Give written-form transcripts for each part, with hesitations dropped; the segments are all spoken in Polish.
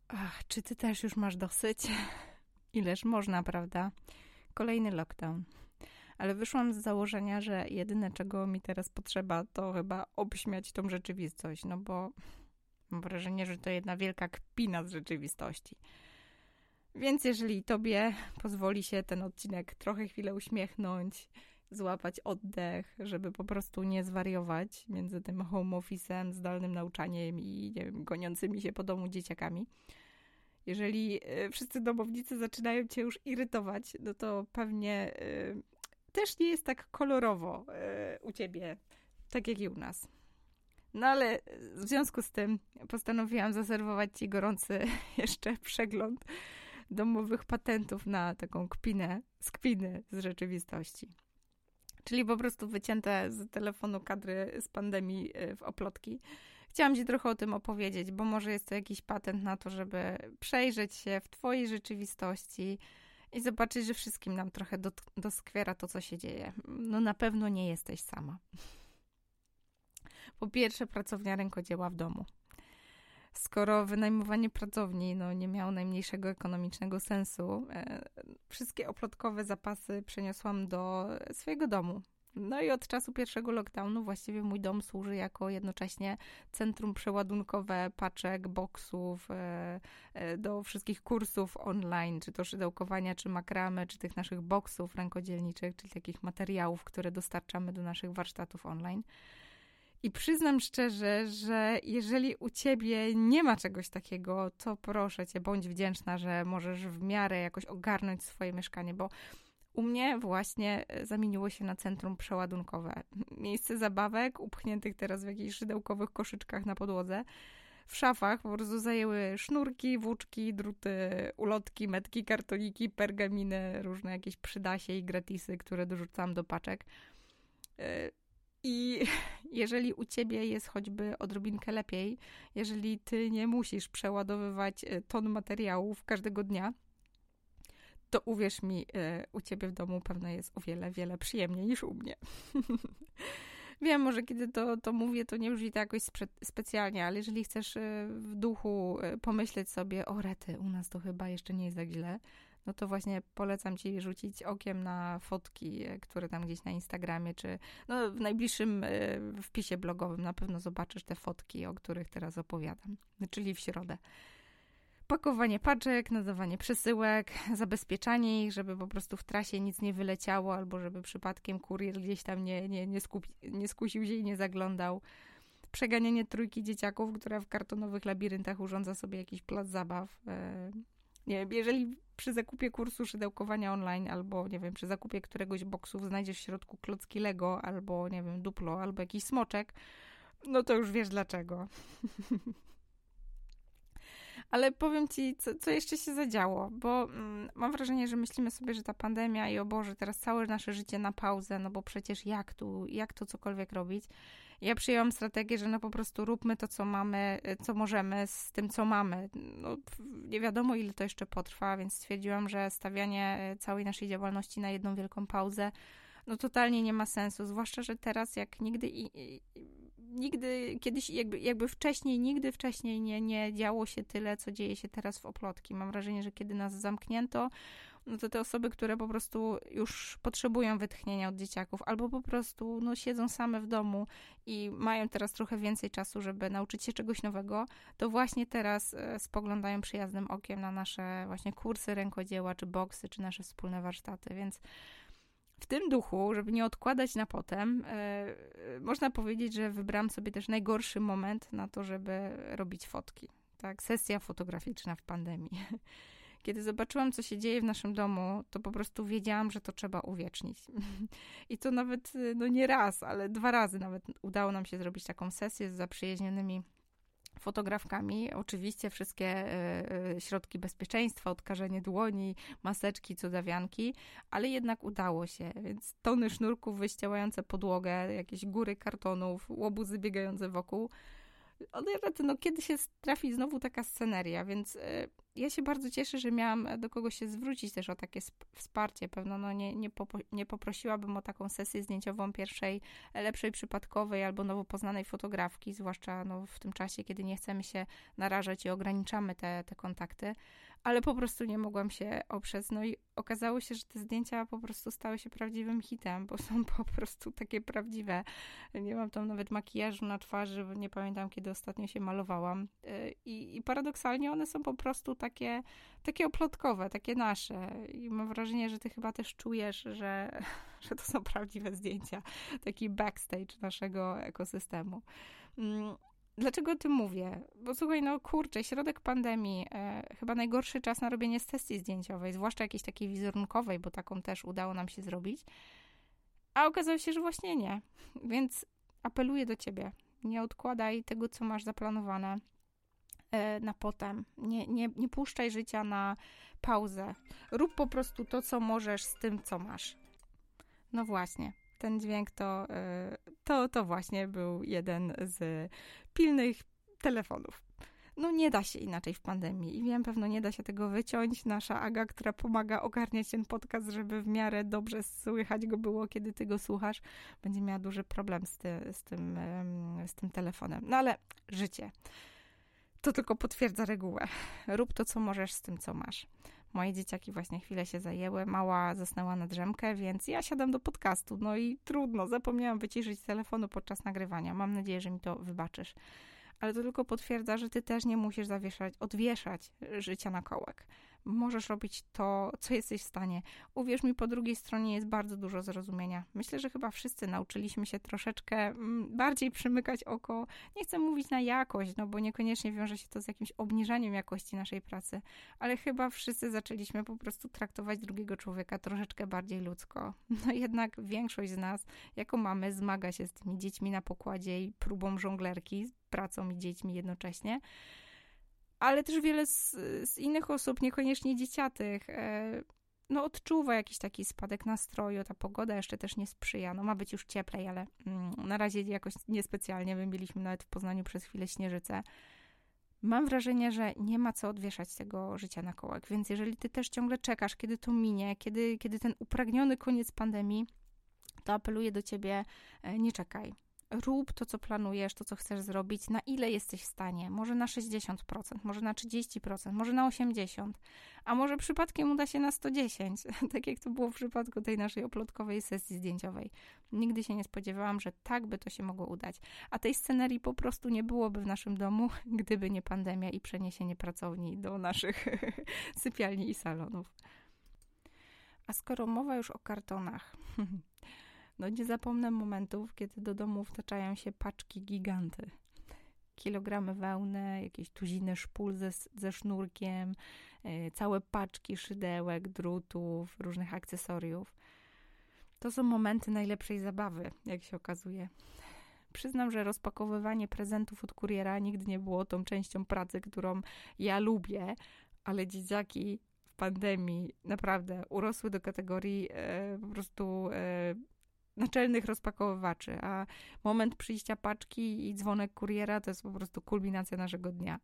Ach, czy ty też już masz dosyć? Ileż można, prawda? Kolejny lockdown. Ale wyszłam z założenia, że jedyne, czego mi teraz potrzeba, to chyba obśmiać tą rzeczywistość, no bo mam wrażenie, że to jedna wielka kpina z rzeczywistości. Więc jeżeli tobie pozwoli się ten odcinek trochę chwilę uśmiechnąć, złapać oddech, żeby po prostu nie zwariować między tym home office'em, zdalnym nauczaniem i nie wiem, goniącymi się po domu dzieciakami. Jeżeli wszyscy domownicy zaczynają cię już irytować, no to pewnie też nie jest tak kolorowo u ciebie, tak jak i u nas. No ale w związku z tym postanowiłam zaserwować ci gorący jeszcze przegląd domowych patentów na taką kpinę z rzeczywistości. Czyli po prostu wycięte z telefonu kadry z pandemii w oplotki. Chciałam ci trochę o tym opowiedzieć, bo może jest to jakiś patent na to, żeby przejrzeć się w twojej rzeczywistości i zobaczyć, że wszystkim nam trochę doskwiera to, co się dzieje. No na pewno nie jesteś sama. Po pierwsze, pracownia rękodzieła w domu. Skoro wynajmowanie pracowni nie miało najmniejszego ekonomicznego sensu, wszystkie oplotkowe zapasy przeniosłam do swojego domu. No i od czasu pierwszego lockdownu właściwie mój dom służy jako jednocześnie centrum przeładunkowe paczek, boksów, do wszystkich kursów online, czy to szydełkowania, czy makramy, czy tych naszych boksów rękodzielniczych, czyli takich materiałów, które dostarczamy do naszych warsztatów online. I przyznam szczerze, że jeżeli u ciebie nie ma czegoś takiego, to proszę cię, bądź wdzięczna, że możesz w miarę jakoś ogarnąć swoje mieszkanie, bo u mnie właśnie zamieniło się na centrum przeładunkowe. Miejsce zabawek upchniętych teraz w jakichś szydełkowych koszyczkach na podłodze. W szafach po prostu zajęły sznurki, włóczki, druty, ulotki, metki, kartoniki, pergaminy, różne jakieś przydasie i gratisy, które dorzucam do paczek. I jeżeli u ciebie jest choćby odrobinkę lepiej, jeżeli ty nie musisz przeładowywać ton materiałów każdego dnia, to uwierz mi, u ciebie w domu pewno jest o wiele, wiele przyjemniej niż u mnie. Wiem, może kiedy to mówię, to nie brzmi to jakoś specjalnie, ale jeżeli chcesz w duchu pomyśleć sobie, o rety, u nas to chyba jeszcze nie jest tak źle, no to właśnie polecam ci rzucić okiem na fotki, które tam gdzieś na Instagramie, czy w najbliższym wpisie blogowym na pewno zobaczysz te fotki, o których teraz opowiadam, czyli w środę. Pakowanie paczek, nadawanie przesyłek, zabezpieczanie ich, żeby po prostu w trasie nic nie wyleciało, albo żeby przypadkiem kurier gdzieś tam nie skusił się i nie zaglądał. Przeganianie trójki dzieciaków, która w kartonowych labiryntach urządza sobie jakiś plac zabaw. Nie wiem, jeżeli przy zakupie kursu szydełkowania online, albo nie wiem, przy zakupie któregoś boksów znajdziesz w środku klocki Lego, albo nie wiem, Duplo, albo jakiś smoczek, no to już wiesz dlaczego. Ale powiem ci, co jeszcze się zadziało, bo mam wrażenie, że myślimy sobie, że ta pandemia i o Boże, teraz całe nasze życie na pauzę, no bo przecież jak to cokolwiek robić. Ja przyjęłam strategię, że po prostu róbmy to, co mamy, co możemy z tym, co mamy. No, nie wiadomo, ile to jeszcze potrwa, więc stwierdziłam, że stawianie całej naszej działalności na jedną wielką pauzę totalnie nie ma sensu, zwłaszcza, że teraz jak nigdy kiedyś, jakby wcześniej, nigdy wcześniej nie działo się tyle, co dzieje się teraz w oplotki. Mam wrażenie, że kiedy nas zamknięto, to te osoby, które po prostu już potrzebują wytchnienia od dzieciaków, albo po prostu siedzą same w domu i mają teraz trochę więcej czasu, żeby nauczyć się czegoś nowego, to właśnie teraz spoglądają przyjaznym okiem na nasze właśnie kursy rękodzieła, czy boksy, czy nasze wspólne warsztaty, więc w tym duchu, żeby nie odkładać na potem, można powiedzieć, że wybrałam sobie też najgorszy moment na to, żeby robić fotki. Tak, sesja fotograficzna w pandemii. Kiedy zobaczyłam, co się dzieje w naszym domu, to po prostu wiedziałam, że to trzeba uwiecznić. I to nawet, nie raz, ale 2 razy nawet udało nam się zrobić taką sesję z zaprzyjaźnionymi fotografkami. Oczywiście wszystkie środki bezpieczeństwa, odkażenie dłoni, maseczki, cudawianki, ale jednak udało się, więc tony sznurków wyściełające podłogę, jakieś góry kartonów, łobuzy biegające wokół. Kiedy się trafi znowu taka sceneria, więc ja się bardzo cieszę, że miałam do kogo się zwrócić też o takie wsparcie. Pewno nie poprosiłabym o taką sesję zdjęciową pierwszej, lepszej przypadkowej albo nowo poznanej fotografki, zwłaszcza w tym czasie, kiedy nie chcemy się narażać i ograniczamy te kontakty, ale po prostu nie mogłam się oprzeć. No i okazało się, że te zdjęcia po prostu stały się prawdziwym hitem, bo są po prostu takie prawdziwe. Nie mam tam nawet makijażu na twarzy, bo nie pamiętam, kiedy ostatnio się malowałam. I paradoksalnie one są po prostu takie oplotkowe, takie nasze. I mam wrażenie, że ty chyba też czujesz, że to są prawdziwe zdjęcia. Taki backstage naszego ekosystemu. Dlaczego o tym mówię? Bo słuchaj, środek pandemii, chyba najgorszy czas na robienie sesji zdjęciowej, zwłaszcza jakiejś takiej wizerunkowej, bo taką też udało nam się zrobić. A okazało się, że właśnie nie. Więc apeluję do ciebie, nie odkładaj tego, co masz zaplanowane na potem. Nie puszczaj życia na pauzę. Rób po prostu to, co możesz z tym, co masz. No właśnie. Ten dźwięk to właśnie był jeden z pilnych telefonów. No nie da się inaczej w pandemii i wiem, pewno nie da się tego wyciąć. Nasza Aga, która pomaga ogarniać ten podcast, żeby w miarę dobrze słychać go było, kiedy ty go słuchasz, będzie miała duży problem z tym telefonem. No ale życie to tylko potwierdza regułę. Rób to, co możesz z tym, co masz. Moje dzieciaki właśnie chwilę się zajęły, mała zasnęła na drzemkę, więc ja siadam do podcastu. No i trudno, zapomniałam wyciszyć telefonu podczas nagrywania. Mam nadzieję, że mi to wybaczysz. Ale to tylko potwierdza, że ty też nie musisz odwieszać życia na kołek. Możesz robić to, co jesteś w stanie. Uwierz mi, po drugiej stronie jest bardzo dużo zrozumienia. Myślę, że chyba wszyscy nauczyliśmy się troszeczkę bardziej przymykać oko. Nie chcę mówić na jakość, bo niekoniecznie wiąże się to z jakimś obniżaniem jakości naszej pracy, ale chyba wszyscy zaczęliśmy po prostu traktować drugiego człowieka troszeczkę bardziej ludzko. No jednak większość z nas, jako mamy, zmaga się z tymi dziećmi na pokładzie i próbą żonglerki, z pracą i dziećmi jednocześnie. Ale też wiele z innych osób, niekoniecznie dzieciatych, odczuwa jakiś taki spadek nastroju. Ta pogoda jeszcze też nie sprzyja. Ma być już cieplej, ale na razie jakoś niespecjalnie. My mieliśmy nawet w Poznaniu przez chwilę śnieżycę. Mam wrażenie, że nie ma co odwieszać tego życia na kołek, więc jeżeli ty też ciągle czekasz, kiedy to minie, kiedy ten upragniony koniec pandemii, to apeluję do ciebie, nie czekaj. Rób to, co planujesz, to, co chcesz zrobić, na ile jesteś w stanie. Może na 60%, może na 30%, może na 80%, a może przypadkiem uda się na 110%, tak jak to było w przypadku tej naszej oplotkowej sesji zdjęciowej. Nigdy się nie spodziewałam, że tak by to się mogło udać. A tej scenerii po prostu nie byłoby w naszym domu, gdyby nie pandemia i przeniesienie pracowni do naszych sypialni i salonów. A skoro mowa już o kartonach... nie zapomnę momentów, kiedy do domu wtaczają się paczki giganty. Kilogramy wełny, jakieś tuziny szpul ze sznurkiem, całe paczki szydełek, drutów, różnych akcesoriów. To są momenty najlepszej zabawy, jak się okazuje. Przyznam, że rozpakowywanie prezentów od kuriera nigdy nie było tą częścią pracy, którą ja lubię, ale dzieciaki w pandemii naprawdę urosły do kategorii po prostu... naczelnych rozpakowywaczy, a moment przyjścia paczki i dzwonek kuriera to jest po prostu kulminacja naszego dnia.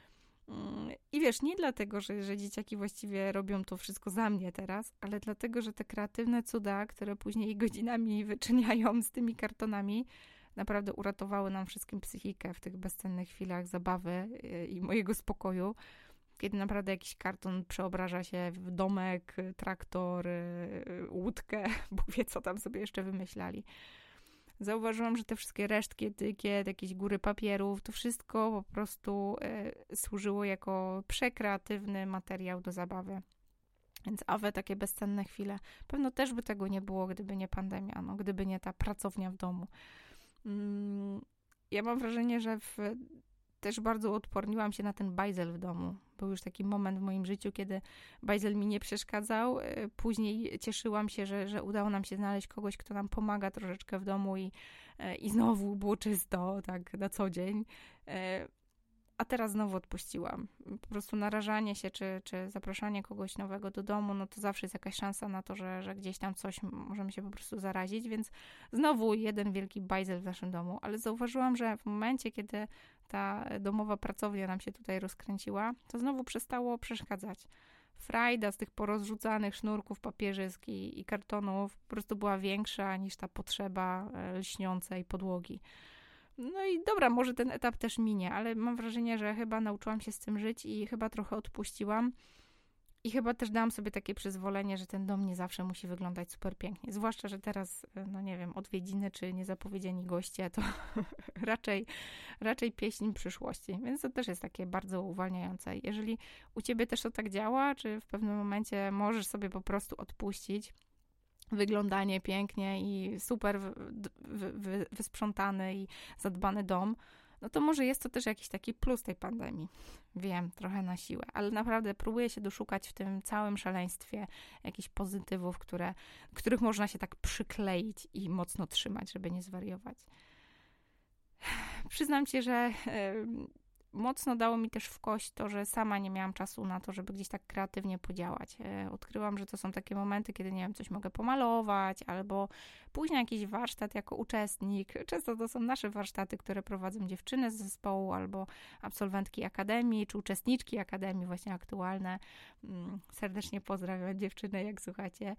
I wiesz, nie dlatego, że dzieciaki właściwie robią to wszystko za mnie teraz, ale dlatego, że te kreatywne cuda, które później godzinami wyczyniają z tymi kartonami, naprawdę uratowały nam wszystkim psychikę w tych bezcennych chwilach zabawy i mojego spokoju, kiedy naprawdę jakiś karton przeobraża się w domek, traktor, łódkę, Bóg wie, co tam sobie jeszcze wymyślali. Zauważyłam, że te wszystkie resztki etykiet, jakieś góry papierów, to wszystko po prostu służyło jako przekreatywny materiał do zabawy. Więc takie bezcenne chwile. Pewno też by tego nie było, gdyby nie pandemia, gdyby nie ta pracownia w domu. Ja mam wrażenie, że też bardzo odporniłam się na ten bajzel w domu. Był już taki moment w moim życiu, kiedy bajzel mi nie przeszkadzał. Później cieszyłam się, że udało nam się znaleźć kogoś, kto nam pomaga troszeczkę w domu i znowu było czysto, tak na co dzień. A teraz znowu odpuściłam. Po prostu narażanie się, czy zapraszanie kogoś nowego do domu, to zawsze jest jakaś szansa na to, że gdzieś tam coś możemy się po prostu zarazić, więc znowu jeden wielki bajzel w naszym domu. Ale zauważyłam, że w momencie, kiedy ta domowa pracownia nam się tutaj rozkręciła, to znowu przestało przeszkadzać. Frajda z tych porozrzucanych sznurków papierzysk i kartonów po prostu była większa niż ta potrzeba lśniącej podłogi. No i dobra, może ten etap też minie, ale mam wrażenie, że chyba nauczyłam się z tym żyć i chyba trochę odpuściłam. I chyba też dałam sobie takie przyzwolenie, że ten dom nie zawsze musi wyglądać super pięknie. Zwłaszcza, że teraz, no nie wiem, odwiedziny czy niezapowiedziani goście to raczej pieśń przyszłości. Więc to też jest takie bardzo uwalniające. Jeżeli u ciebie też to tak działa, czy w pewnym momencie możesz sobie po prostu odpuścić wyglądanie pięknie i super wysprzątany i zadbany dom, no to może jest to też jakiś taki plus tej pandemii. Wiem, trochę na siłę, ale naprawdę próbuję się doszukać w tym całym szaleństwie jakichś pozytywów, których można się tak przykleić i mocno trzymać, żeby nie zwariować. Przyznam ci, że mocno dało mi też w kość to, że sama nie miałam czasu na to, żeby gdzieś tak kreatywnie podziałać. Odkryłam, że to są takie momenty, kiedy, nie wiem, coś mogę pomalować, albo pójść na jakiś warsztat jako uczestnik. Często to są nasze warsztaty, które prowadzą dziewczyny z zespołu, albo absolwentki akademii, czy uczestniczki akademii właśnie aktualne. Serdecznie pozdrawiam dziewczyny, jak słuchacie.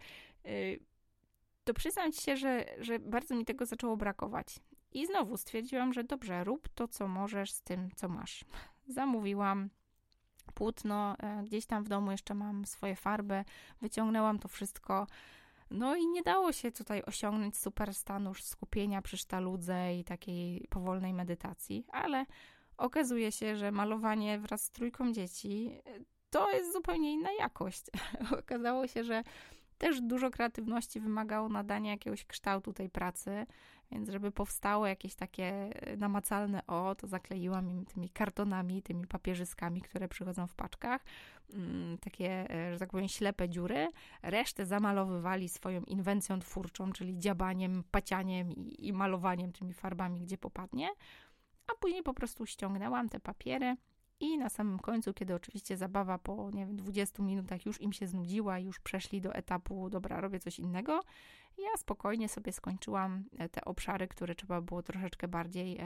To przyznam ci się, że bardzo mi tego zaczęło brakować. I znowu stwierdziłam, że dobrze, rób to, co możesz z tym, co masz. Zamówiłam płótno, gdzieś tam w domu jeszcze mam swoje farby, wyciągnęłam to wszystko. No i nie dało się tutaj osiągnąć super stanu skupienia przy sztaludze i takiej powolnej medytacji, ale okazuje się, że malowanie wraz z trójką dzieci to jest zupełnie inna jakość. Okazało się, że też dużo kreatywności wymagało nadania jakiegoś kształtu tej pracy, więc żeby powstało jakieś takie namacalne to zakleiłam im tymi kartonami, tymi papierzyskami, które przychodzą w paczkach. Takie, że tak powiem, ślepe dziury. Resztę zamalowywali swoją inwencją twórczą, czyli dziabaniem, pacianiem i malowaniem tymi farbami, gdzie popadnie. A później po prostu ściągnęłam te papiery i na samym końcu, kiedy oczywiście zabawa po, nie wiem, 20 minutach już im się znudziła, już przeszli do etapu, dobra, robię coś innego, ja spokojnie sobie skończyłam te obszary, które trzeba było troszeczkę bardziej,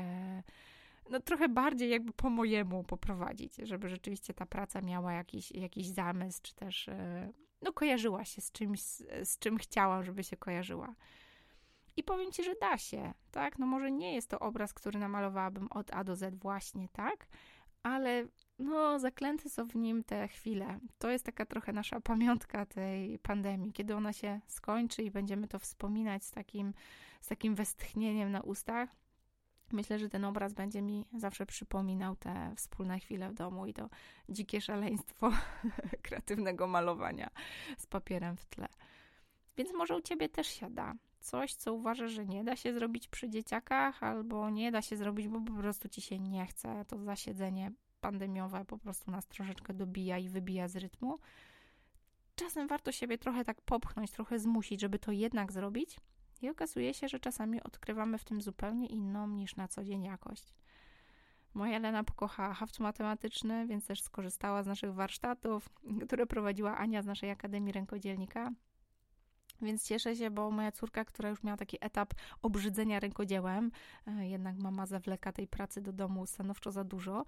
trochę bardziej jakby po mojemu poprowadzić, żeby rzeczywiście ta praca miała jakiś zamysł, czy też, kojarzyła się z czymś, z czym chciałam, żeby się kojarzyła. I powiem ci, że da się, tak? No może nie jest to obraz, który namalowałabym od A do Z właśnie, tak? Ale zaklęte są w nim te chwile. To jest taka trochę nasza pamiątka tej pandemii, kiedy ona się skończy i będziemy to wspominać z takim westchnieniem na ustach. Myślę, że ten obraz będzie mi zawsze przypominał te wspólne chwile w domu i to dzikie szaleństwo kreatywnego malowania z papierem w tle. Więc może u ciebie też się da. Coś, co uważasz, że nie da się zrobić przy dzieciakach, albo nie da się zrobić, bo po prostu ci się nie chce. To zasiedzenie pandemiowe po prostu nas troszeczkę dobija i wybija z rytmu. Czasem warto siebie trochę tak popchnąć, trochę zmusić, żeby to jednak zrobić. I okazuje się, że czasami odkrywamy w tym zupełnie inną niż na co dzień jakość. Moja Lena pokochała haft matematyczny, więc też skorzystała z naszych warsztatów, które prowadziła Ania z naszej Akademii Rękodzielnika. Więc cieszę się, bo moja córka, która już miała taki etap obrzydzenia rękodziełem, jednak mama zawleka tej pracy do domu stanowczo za dużo,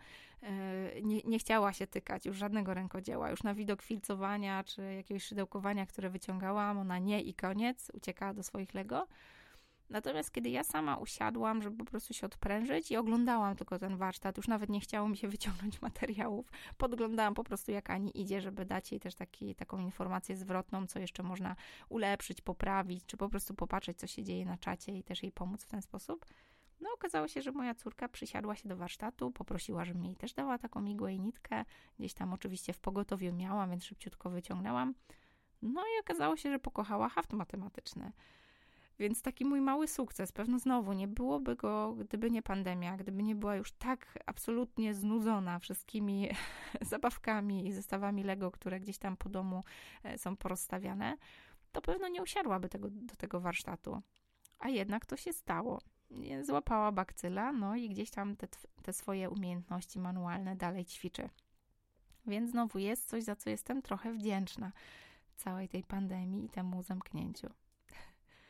nie chciała się tykać już żadnego rękodzieła. Już na widok filcowania czy jakiegoś szydełkowania, które wyciągałam, ona nie i koniec, uciekała do swoich Lego. Natomiast kiedy ja sama usiadłam, żeby po prostu się odprężyć i oglądałam tylko ten warsztat, już nawet nie chciało mi się wyciągnąć materiałów, podglądałam po prostu jak Ani idzie, żeby dać jej też taką informację zwrotną, co jeszcze można ulepszyć, poprawić, czy po prostu popatrzeć, co się dzieje na czacie i też jej pomóc w ten sposób. No okazało się, że moja córka przysiadła się do warsztatu, poprosiła, żebym jej też dała taką igłę i nitkę, gdzieś tam oczywiście w pogotowiu miałam, więc szybciutko wyciągnęłam. No i okazało się, że pokochała haft matematyczny. Więc taki mój mały sukces, pewno znowu nie byłoby go, gdyby nie pandemia, gdyby nie była już tak absolutnie znudzona wszystkimi zabawkami i zestawami Lego, które gdzieś tam po domu są porozstawiane, to pewno nie usiadłaby do tego warsztatu. A jednak to się stało. Złapała bakcyla, no i gdzieś tam te swoje umiejętności manualne dalej ćwiczy. Więc znowu jest coś, za co jestem trochę wdzięczna całej tej pandemii i temu zamknięciu.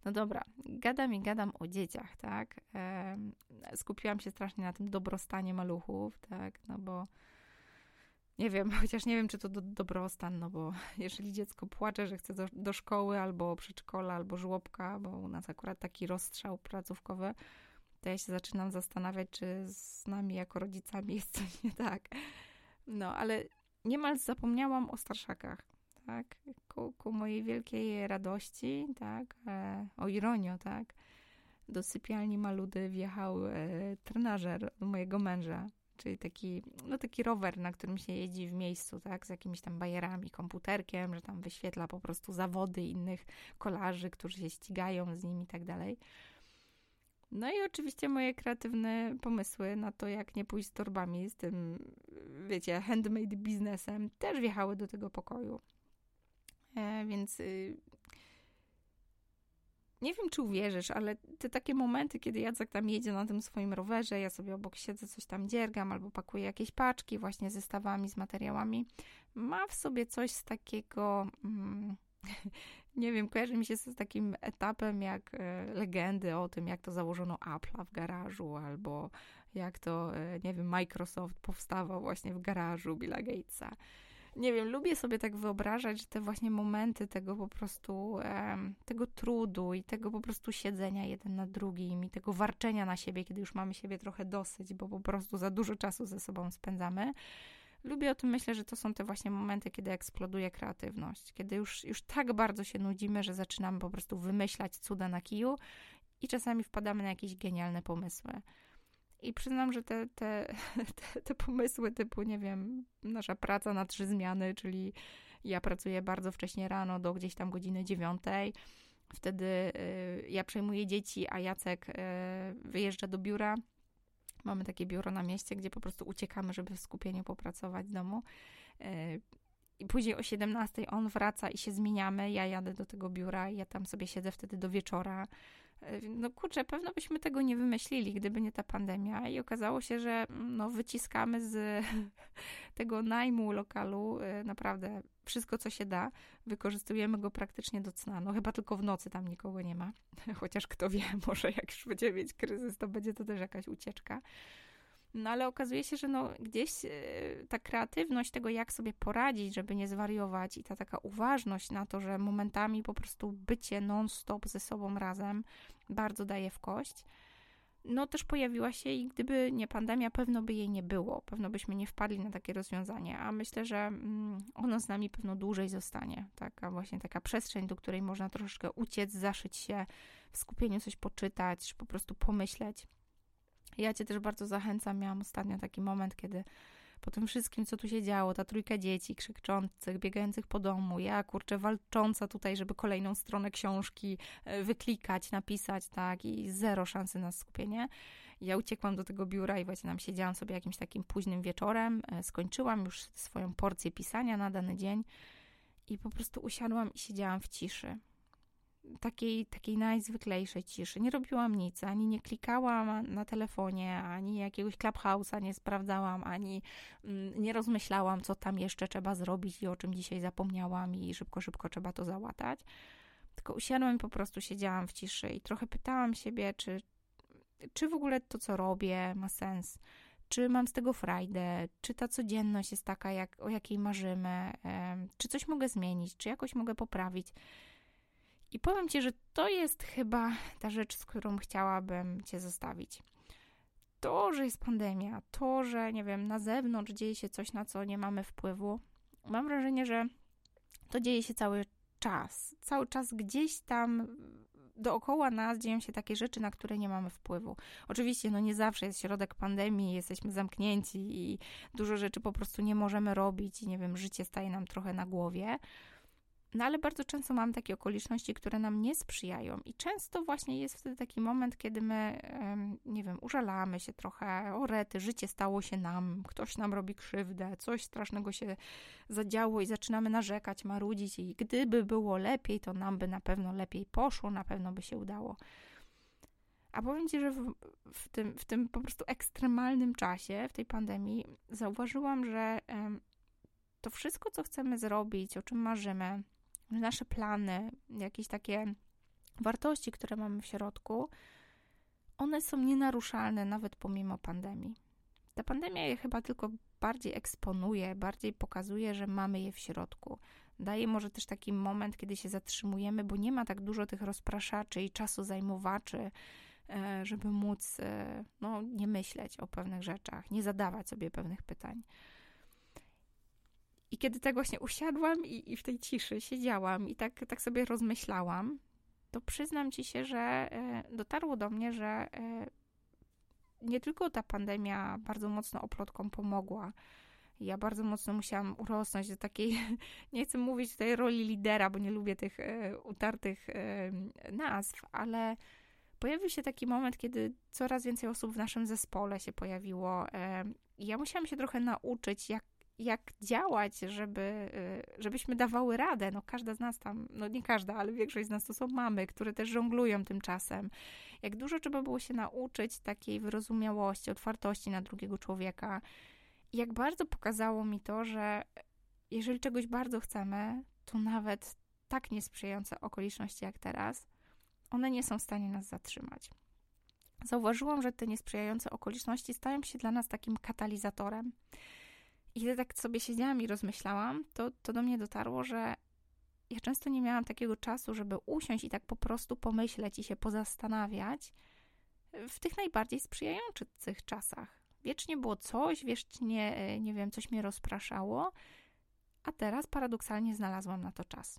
No dobra, gadam o dzieciach, tak? Skupiłam się strasznie na tym dobrostanie maluchów, tak? No bo nie wiem, chociaż nie wiem, czy to dobrostan, no bo jeżeli dziecko płacze, że chce do szkoły, albo przedszkola, albo żłobka, bo u nas akurat taki rozstrzał placówkowy, to ja się zaczynam zastanawiać, czy z nami jako rodzicami jest coś nie tak. No, ale niemal zapomniałam o starszakach, tak? Ku mojej wielkiej radości, tak? O ironio, tak? Do sypialni Maludy wjechał trenażer mojego męża, czyli taki rower, na którym się jeździ w miejscu, tak? Z jakimiś tam bajerami, komputerkiem, że tam wyświetla po prostu zawody innych kolarzy, którzy się ścigają z nim i tak dalej. No i oczywiście moje kreatywne pomysły na to, jak nie pójść z torbami, z tym, wiecie, handmade biznesem, też wjechały do tego pokoju. Więc nie wiem, czy uwierzysz, ale te takie momenty, kiedy Jacek tam jedzie na tym swoim rowerze, ja sobie obok siedzę, coś tam dziergam albo pakuję jakieś paczki właśnie z zestawami, z materiałami, ma w sobie coś z takiego... Nie wiem, kojarzy mi się z takim etapem jak legendy o tym, jak to założono Apple'a w garażu, albo jak to, nie wiem, Microsoft powstawał właśnie w garażu Billa Gatesa. Nie wiem, lubię sobie tak wyobrażać, że te właśnie momenty tego po prostu, tego trudu i tego po prostu siedzenia jeden na drugim i tego warczenia na siebie, kiedy już mamy siebie trochę dosyć, bo po prostu za dużo czasu ze sobą spędzamy. Lubię o tym, myślę, że to są te właśnie momenty, kiedy eksploduje kreatywność, kiedy już tak bardzo się nudzimy, że zaczynamy po prostu wymyślać cuda na kiju i czasami wpadamy na jakieś genialne pomysły. I przyznam, że te pomysły typu, nie wiem, nasza praca na 3 zmiany, czyli ja pracuję bardzo wcześnie rano do gdzieś tam godziny 9. Wtedy ja przejmuję dzieci, a Jacek wyjeżdża do biura. Mamy takie biuro na mieście, gdzie po prostu uciekamy, żeby w skupieniu popracować z domu. I później o 17 on wraca i się zmieniamy. Ja jadę do tego biura i ja tam sobie siedzę wtedy do wieczora. No kurczę, pewno byśmy tego nie wymyślili, gdyby nie ta pandemia. I okazało się, że no, wyciskamy z tego najmu lokalu naprawdę wszystko, co się da. Wykorzystujemy go praktycznie do cna. No chyba tylko w nocy tam nikogo nie ma. Chociaż kto wie, może jak już będziemy mieć kryzys, to będzie to też jakaś ucieczka. No ale okazuje się, że no gdzieś ta kreatywność tego, jak sobie poradzić, żeby nie zwariować i ta taka uważność na to, że momentami po prostu bycie non-stop ze sobą razem bardzo daje w kość, no też pojawiła się i gdyby nie pandemia, pewno by jej nie było. Pewno byśmy nie wpadli na takie rozwiązanie, a myślę, że ono z nami pewno dłużej zostanie. Taka przestrzeń, do której można troszeczkę uciec, zaszyć się, w skupieniu coś poczytać, czy po prostu pomyśleć. Ja cię też bardzo zachęcam. Miałam ostatnio taki moment, kiedy po tym wszystkim, co tu się działo, ta 3 dzieci krzyczących, biegających po domu, ja kurczę walcząca tutaj, żeby kolejną stronę książki wyklikać, napisać, tak, i 0 szansy na skupienie. Ja uciekłam do tego biura i właśnie tam siedziałam sobie jakimś takim późnym wieczorem, skończyłam już swoją porcję pisania na dany dzień i po prostu usiadłam i siedziałam w ciszy. Takiej najzwyklejszej ciszy. Nie robiłam nic, ani nie klikałam na telefonie, ani jakiegoś Clubhouse'a nie sprawdzałam, ani nie rozmyślałam, co tam jeszcze trzeba zrobić i o czym dzisiaj zapomniałam i szybko trzeba to załatać. Tylko usiadłam i po prostu siedziałam w ciszy i trochę pytałam siebie, czy w ogóle to, co robię, ma sens, czy mam z tego frajdę, czy ta codzienność jest taka, o jakiej marzymy, czy coś mogę zmienić, czy jakoś mogę poprawić. I powiem ci, że to jest chyba ta rzecz, z którą chciałabym cię zostawić. To, że jest pandemia, to, że nie wiem, na zewnątrz dzieje się coś, na co nie mamy wpływu, mam wrażenie, że to dzieje się cały czas. Cały czas gdzieś tam dookoła nas dzieją się takie rzeczy, na które nie mamy wpływu. Oczywiście, no nie zawsze jest środek pandemii, jesteśmy zamknięci i dużo rzeczy po prostu nie możemy robić i nie wiem, życie staje nam trochę na głowie. No ale bardzo często mamy takie okoliczności, które nam nie sprzyjają i często właśnie jest wtedy taki moment, kiedy my, nie wiem, użalamy się trochę, o rety, życie stało się nam, ktoś nam robi krzywdę, coś strasznego się zadziało i zaczynamy narzekać, marudzić i gdyby było lepiej, to nam by na pewno lepiej poszło, na pewno by się udało. A powiem ci, że w tym po prostu ekstremalnym czasie, w tej pandemii, zauważyłam, że to wszystko, co chcemy zrobić, o czym marzymy, nasze plany, jakieś takie wartości, które mamy w środku, one są nienaruszalne nawet pomimo pandemii. Ta pandemia je chyba tylko bardziej eksponuje, bardziej pokazuje, że mamy je w środku. Daje może też taki moment, kiedy się zatrzymujemy, bo nie ma tak dużo tych rozpraszaczy i czasu zajmowaczy, żeby móc nie myśleć o pewnych rzeczach, nie zadawać sobie pewnych pytań. I kiedy tak właśnie usiadłam i w tej ciszy siedziałam i tak sobie rozmyślałam, to przyznam ci się, że dotarło do mnie, że nie tylko ta pandemia bardzo mocno oplotkom pomogła. Ja bardzo mocno musiałam urosnąć do takiej, nie chcę mówić tutaj roli lidera, bo nie lubię tych utartych nazw, ale pojawił się taki moment, kiedy coraz więcej osób w naszym zespole się pojawiło. I ja musiałam się trochę nauczyć, jak działać, żebyśmy dawały radę. No każda z nas tam, no nie każda, ale większość z nas to są mamy, które też żonglują tym czasem. Jak dużo trzeba było się nauczyć takiej wyrozumiałości, otwartości na drugiego człowieka. I jak bardzo pokazało mi to, że jeżeli czegoś bardzo chcemy, to nawet tak niesprzyjające okoliczności jak teraz, one nie są w stanie nas zatrzymać. Zauważyłam, że te niesprzyjające okoliczności stają się dla nas takim katalizatorem. I kiedy tak sobie siedziałam i rozmyślałam, to do mnie dotarło, że ja często nie miałam takiego czasu, żeby usiąść i tak po prostu pomyśleć i się pozastanawiać w tych najbardziej sprzyjających czasach. Wiecznie było coś, wiecznie, nie wiem, coś mnie rozpraszało, a teraz paradoksalnie znalazłam na to czas.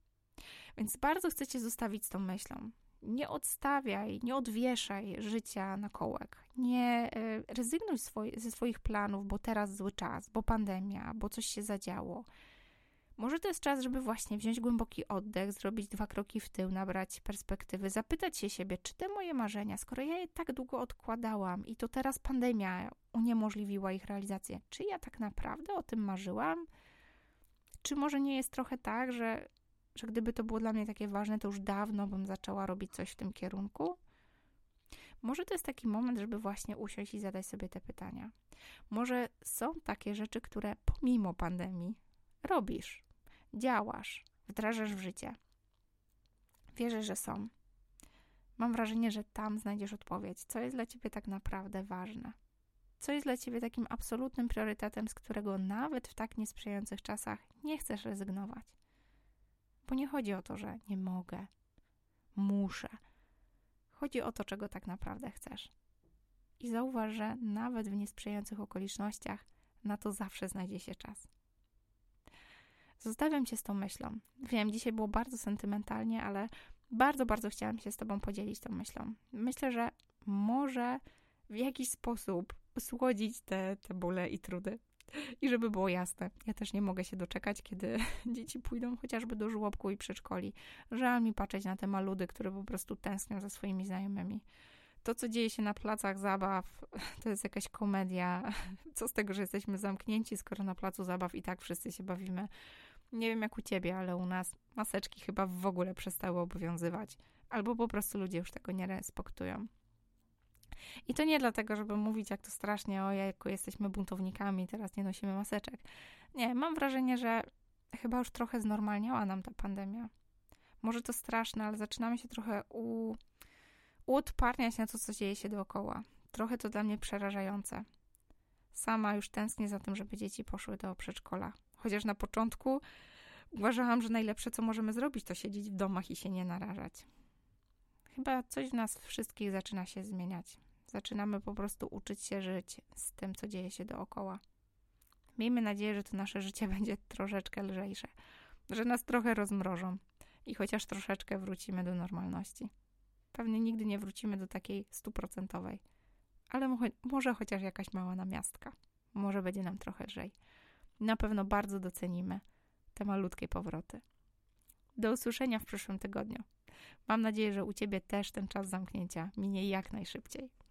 Więc bardzo chcę cię zostawić z tą myślą. Nie odstawiaj, nie odwieszaj życia na kołek. Nie rezygnuj ze swoich planów, bo teraz zły czas, bo pandemia, bo coś się zadziało. Może to jest czas, żeby właśnie wziąć głęboki oddech, zrobić 2 kroki w tył, nabrać perspektywy, zapytać się siebie, czy te moje marzenia, skoro ja je tak długo odkładałam i to teraz pandemia uniemożliwiła ich realizację, czy ja tak naprawdę o tym marzyłam? Czy może nie jest trochę tak, że gdyby to było dla mnie takie ważne, to już dawno bym zaczęła robić coś w tym kierunku? Może to jest taki moment, żeby właśnie usiąść i zadać sobie te pytania. Może są takie rzeczy, które pomimo pandemii robisz, działasz, wdrażasz w życie. Wierzę, że są. Mam wrażenie, że tam znajdziesz odpowiedź, co jest dla ciebie tak naprawdę ważne. Co jest dla ciebie takim absolutnym priorytetem, z którego nawet w tak niesprzyjających czasach nie chcesz rezygnować. Bo nie chodzi o to, że nie mogę, muszę. Chodzi o to, czego tak naprawdę chcesz. I zauważ, że nawet w niesprzyjających okolicznościach na to zawsze znajdzie się czas. Zostawiam cię z tą myślą. Wiem, dzisiaj było bardzo sentymentalnie, ale bardzo, bardzo chciałam się z tobą podzielić tą myślą. Myślę, że może w jakiś sposób usłodzić te bóle i trudy. I żeby było jasne, ja też nie mogę się doczekać, kiedy dzieci pójdą chociażby do żłobku i przedszkoli. Żal mi patrzeć na te maludy, które po prostu tęsknią za swoimi znajomymi. To, co dzieje się na placach zabaw, to jest jakaś komedia. Co z tego, że jesteśmy zamknięci, skoro na placu zabaw i tak wszyscy się bawimy. Nie wiem jak u ciebie, ale u nas maseczki chyba w ogóle przestały obowiązywać. Albo po prostu ludzie już tego nie respektują. I to nie dlatego, żeby mówić, jak to strasznie, ojejku, jesteśmy buntownikami, teraz nie nosimy maseczek. Nie, mam wrażenie, że chyba już trochę znormalniała nam ta pandemia. Może to straszne, ale zaczynamy się trochę uodparniać na to, co dzieje się dookoła. Trochę to dla mnie przerażające. Sama już tęsknię za tym, żeby dzieci poszły do przedszkola. Chociaż na początku uważałam, że najlepsze, co możemy zrobić, to siedzieć w domach i się nie narażać. Chyba coś w nas wszystkich zaczyna się zmieniać. Zaczynamy po prostu uczyć się żyć z tym, co dzieje się dookoła. Miejmy nadzieję, że to nasze życie będzie troszeczkę lżejsze, że nas trochę rozmrożą i chociaż troszeczkę wrócimy do normalności. Pewnie nigdy nie wrócimy do takiej 100%, ale może chociaż jakaś mała namiastka. Może będzie nam trochę lżej. Na pewno bardzo docenimy te malutkie powroty. Do usłyszenia w przyszłym tygodniu. Mam nadzieję, że u ciebie też ten czas zamknięcia minie jak najszybciej.